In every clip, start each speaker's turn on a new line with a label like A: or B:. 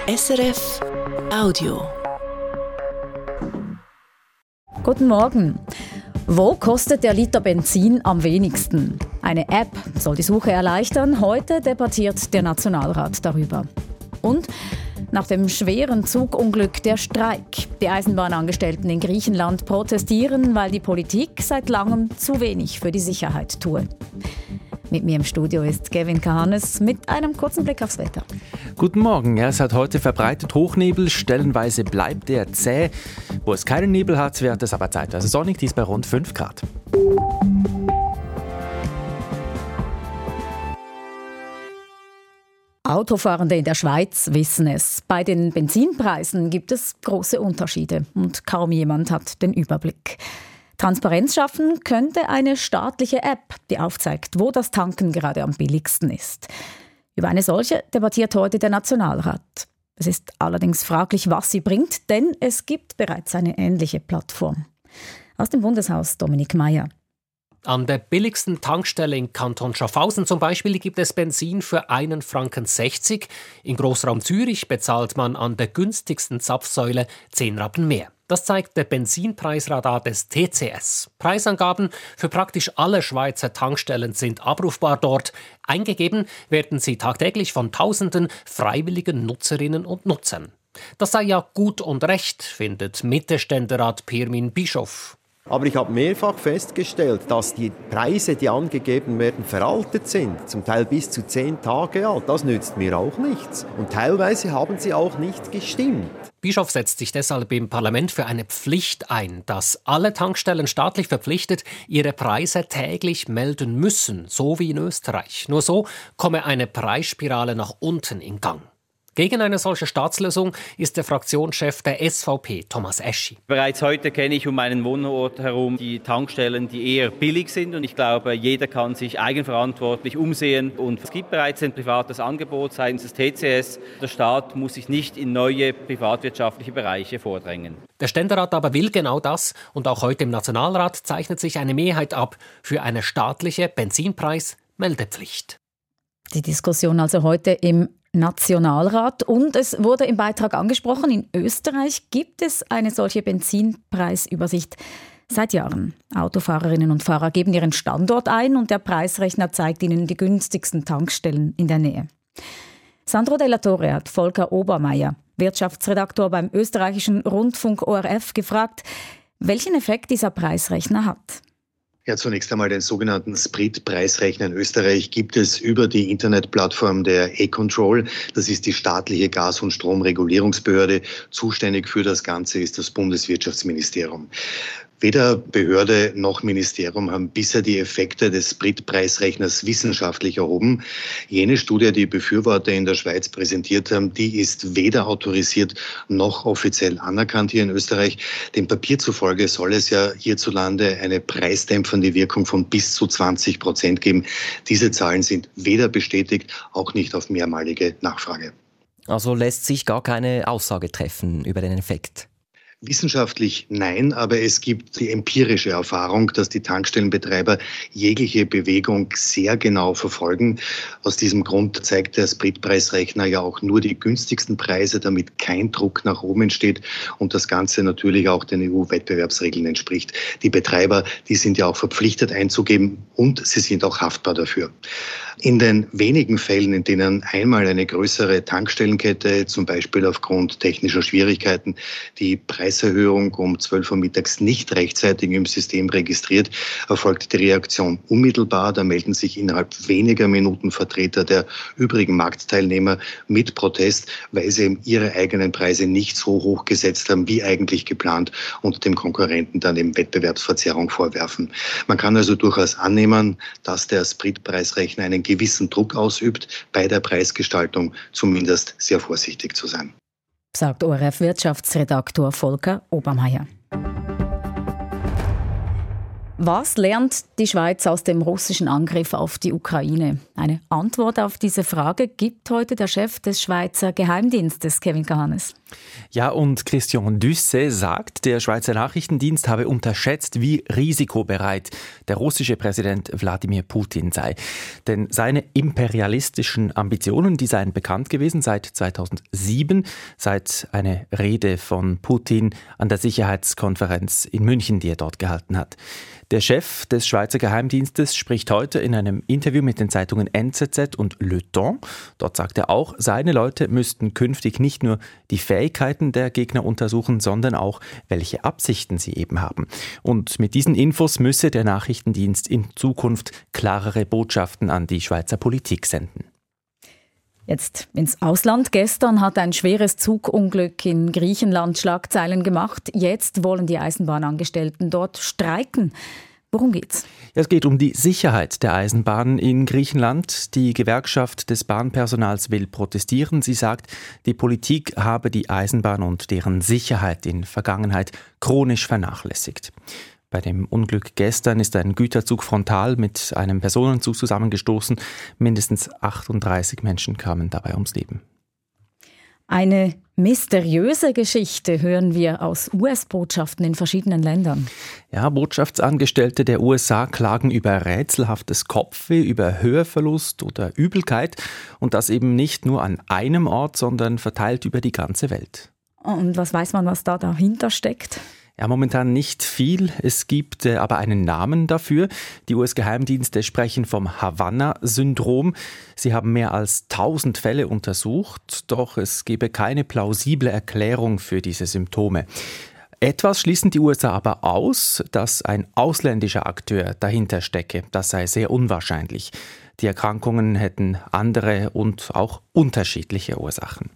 A: SRF Audio.
B: Guten Morgen. Wo kostet der Liter Benzin am wenigsten? Eine App soll die Suche erleichtern. Heute debattiert der Nationalrat darüber. Und nach dem schweren Zugunglück der Streik. Die Eisenbahnangestellten in Griechenland protestieren, weil die Politik seit langem zu wenig für die Sicherheit tue. Mit mir im Studio ist Kevin Kahannes mit einem kurzen Blick aufs Wetter.
C: Guten Morgen. Es hat heute verbreitet Hochnebel. Stellenweise bleibt er zäh. Wo es keinen Nebel hat, wird es aber zeitweise sonnig. Dies bei rund 5 Grad.
B: Autofahrende in der Schweiz wissen es. Bei den Benzinpreisen gibt es große Unterschiede und kaum jemand hat den Überblick. Transparenz schaffen könnte eine staatliche App, die aufzeigt, wo das Tanken gerade am billigsten ist. Über eine solche debattiert heute der Nationalrat. Es ist allerdings fraglich, was sie bringt, denn es gibt bereits eine ähnliche Plattform. Aus dem Bundeshaus Dominik Meier.
D: An der billigsten Tankstelle in Kanton Schaffhausen zum Beispiel gibt es Benzin für 1,60 Franken. In Grossraum Zürich bezahlt man an der günstigsten Zapfsäule 10 Rappen mehr. Das zeigt der Benzinpreisradar des TCS. Preisangaben für praktisch alle Schweizer Tankstellen sind abrufbar dort. Eingegeben werden sie tagtäglich von Tausenden freiwilligen Nutzerinnen und Nutzern. Das sei ja gut und recht, findet Mitte-Ständerat Pirmin Bischof.
E: Aber ich habe mehrfach festgestellt, dass die Preise, die angegeben werden, veraltet sind. Zum Teil bis zu 10 Tage alt. Das nützt mir auch nichts. Und teilweise haben sie auch nicht gestimmt.
D: Bischof setzt sich deshalb im Parlament für eine Pflicht ein, dass alle Tankstellen staatlich verpflichtet ihre Preise täglich melden müssen, so wie in Österreich. Nur so komme eine Preisspirale nach unten in Gang. Gegen eine solche Staatslösung ist der Fraktionschef der SVP, Thomas Eschi.
F: Bereits heute kenne ich um meinen Wohnort herum die Tankstellen, die eher billig sind. Und ich glaube, jeder kann sich eigenverantwortlich umsehen. Und es gibt bereits ein privates Angebot seitens des TCS. Der Staat muss sich nicht in neue privatwirtschaftliche Bereiche vordrängen.
D: Der Ständerat aber will genau das. Und auch heute im Nationalrat zeichnet sich eine Mehrheit ab für eine staatliche Benzinpreis-Meldepflicht.
B: Die Diskussion also heute im Nationalrat. Und es wurde im Beitrag angesprochen, in Österreich gibt es eine solche Benzinpreisübersicht seit Jahren. Autofahrerinnen und Fahrer geben ihren Standort ein und der Preisrechner zeigt ihnen die günstigsten Tankstellen in der Nähe. Sandro Della Torre hat Volker Obermeier, Wirtschaftsredaktor beim österreichischen Rundfunk ORF, gefragt, welchen Effekt dieser Preisrechner hat.
G: Ja, zunächst einmal den sogenannten Sprit-Preisrechner in Österreich gibt es über die Internetplattform der E-Control. Das ist die staatliche Gas- und Stromregulierungsbehörde. Zuständig für das Ganze ist das Bundeswirtschaftsministerium. Weder Behörde noch Ministerium haben bisher die Effekte des Spritpreisrechners wissenschaftlich erhoben. Jene Studie, die Befürworter in der Schweiz präsentiert haben, die ist weder autorisiert noch offiziell anerkannt hier in Österreich. Dem Papier zufolge soll es ja hierzulande eine preisdämpfende Wirkung von bis zu 20% geben. Diese Zahlen sind weder bestätigt, auch nicht auf mehrmalige Nachfrage.
H: Also lässt sich gar keine Aussage treffen über den Effekt?
G: Wissenschaftlich nein, aber es gibt die empirische Erfahrung, dass die Tankstellenbetreiber jegliche Bewegung sehr genau verfolgen. Aus diesem Grund zeigt der Spritpreisrechner ja auch nur die günstigsten Preise, damit kein Druck nach oben entsteht und das Ganze natürlich auch den EU-Wettbewerbsregeln entspricht. Die Betreiber, die sind ja auch verpflichtet einzugeben und sie sind auch haftbar dafür. In den wenigen Fällen, in denen einmal eine größere Tankstellenkette, zum Beispiel aufgrund technischer Schwierigkeiten, die Preiserhöhung um 12 Uhr mittags nicht rechtzeitig im System registriert, erfolgt die Reaktion unmittelbar. Da melden sich innerhalb weniger Minuten Vertreter der übrigen Marktteilnehmer mit Protest, weil sie eben ihre eigenen Preise nicht so hoch gesetzt haben, wie eigentlich geplant und dem Konkurrenten dann eben Wettbewerbsverzerrung vorwerfen. Man kann also durchaus annehmen, dass der Spritpreisrechner einen gewissen Druck ausübt, bei der Preisgestaltung zumindest sehr vorsichtig zu sein.
B: Sagt ORF-Wirtschaftsredaktor Volker Obermeier. Was lernt die Schweiz aus dem russischen Angriff auf die Ukraine? Eine Antwort auf diese Frage gibt heute der Chef des Schweizer Geheimdienstes, Kevin Kahanes.
C: Ja, und Christian Düsse sagt, der Schweizer Nachrichtendienst habe unterschätzt, wie risikobereit der russische Präsident Wladimir Putin sei. Denn seine imperialistischen Ambitionen, die seien bekannt gewesen seit 2007, seit eine Rede von Putin an der Sicherheitskonferenz in München, die er dort gehalten hat. Der Chef des Schweizer Geheimdienstes spricht heute in einem Interview mit den Zeitungen NZZ und Le Temps. Dort sagt er auch, seine Leute müssten künftig nicht nur die Fähigkeiten der Gegner untersuchen, sondern auch, welche Absichten sie eben haben. Und mit diesen Infos müsse der Nachrichtendienst in Zukunft klarere Botschaften an die Schweizer Politik senden.
B: Jetzt ins Ausland. Gestern hat ein schweres Zugunglück in Griechenland Schlagzeilen gemacht. Jetzt wollen die Eisenbahnangestellten dort streiken. Worum geht's?
C: Es geht um die Sicherheit der Eisenbahnen in Griechenland. Die Gewerkschaft des Bahnpersonals will protestieren. Sie sagt, die Politik habe die Eisenbahn und deren Sicherheit in Vergangenheit chronisch vernachlässigt. Bei dem Unglück gestern ist ein Güterzug frontal mit einem Personenzug zusammengestoßen. Mindestens 38 Menschen kamen dabei ums Leben.
B: Eine mysteriöse Geschichte hören wir aus US-Botschaften in verschiedenen Ländern.
C: Ja, Botschaftsangestellte der USA klagen über rätselhaftes Kopfweh, über Hörverlust oder Übelkeit. Und das eben nicht nur an einem Ort, sondern verteilt über die ganze Welt.
B: Und was weiß man, was da dahinter steckt?
C: Ja, momentan nicht viel. Es gibt aber einen Namen dafür. Die US-Geheimdienste sprechen vom Havanna-Syndrom. Sie haben mehr als 1000 Fälle untersucht, doch es gebe keine plausible Erklärung für diese Symptome. Etwas schließen die USA aber aus, dass ein ausländischer Akteur dahinter stecke. Das sei sehr unwahrscheinlich. Die Erkrankungen hätten andere und auch unterschiedliche Ursachen.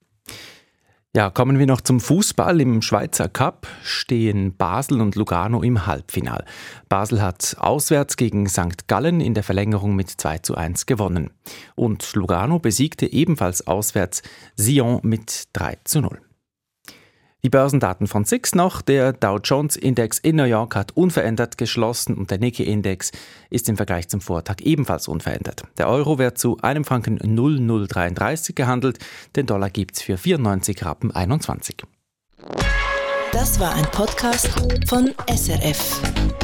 C: Ja, kommen wir noch zum Fußball. Im Schweizer Cup stehen Basel und Lugano im Halbfinal. Basel hat auswärts gegen St. Gallen in der Verlängerung mit 2:1 gewonnen. Und Lugano besiegte ebenfalls auswärts Sion mit 3:0. Die Börsendaten von SIX noch. Der Dow Jones Index in New York hat unverändert geschlossen und der Nikkei-Index ist im Vergleich zum Vortag ebenfalls unverändert. Der Euro wird zu einem Franken 0,033 gehandelt. Den Dollar gibt's für 94,21 Rappen.
A: Das war ein Podcast von SRF.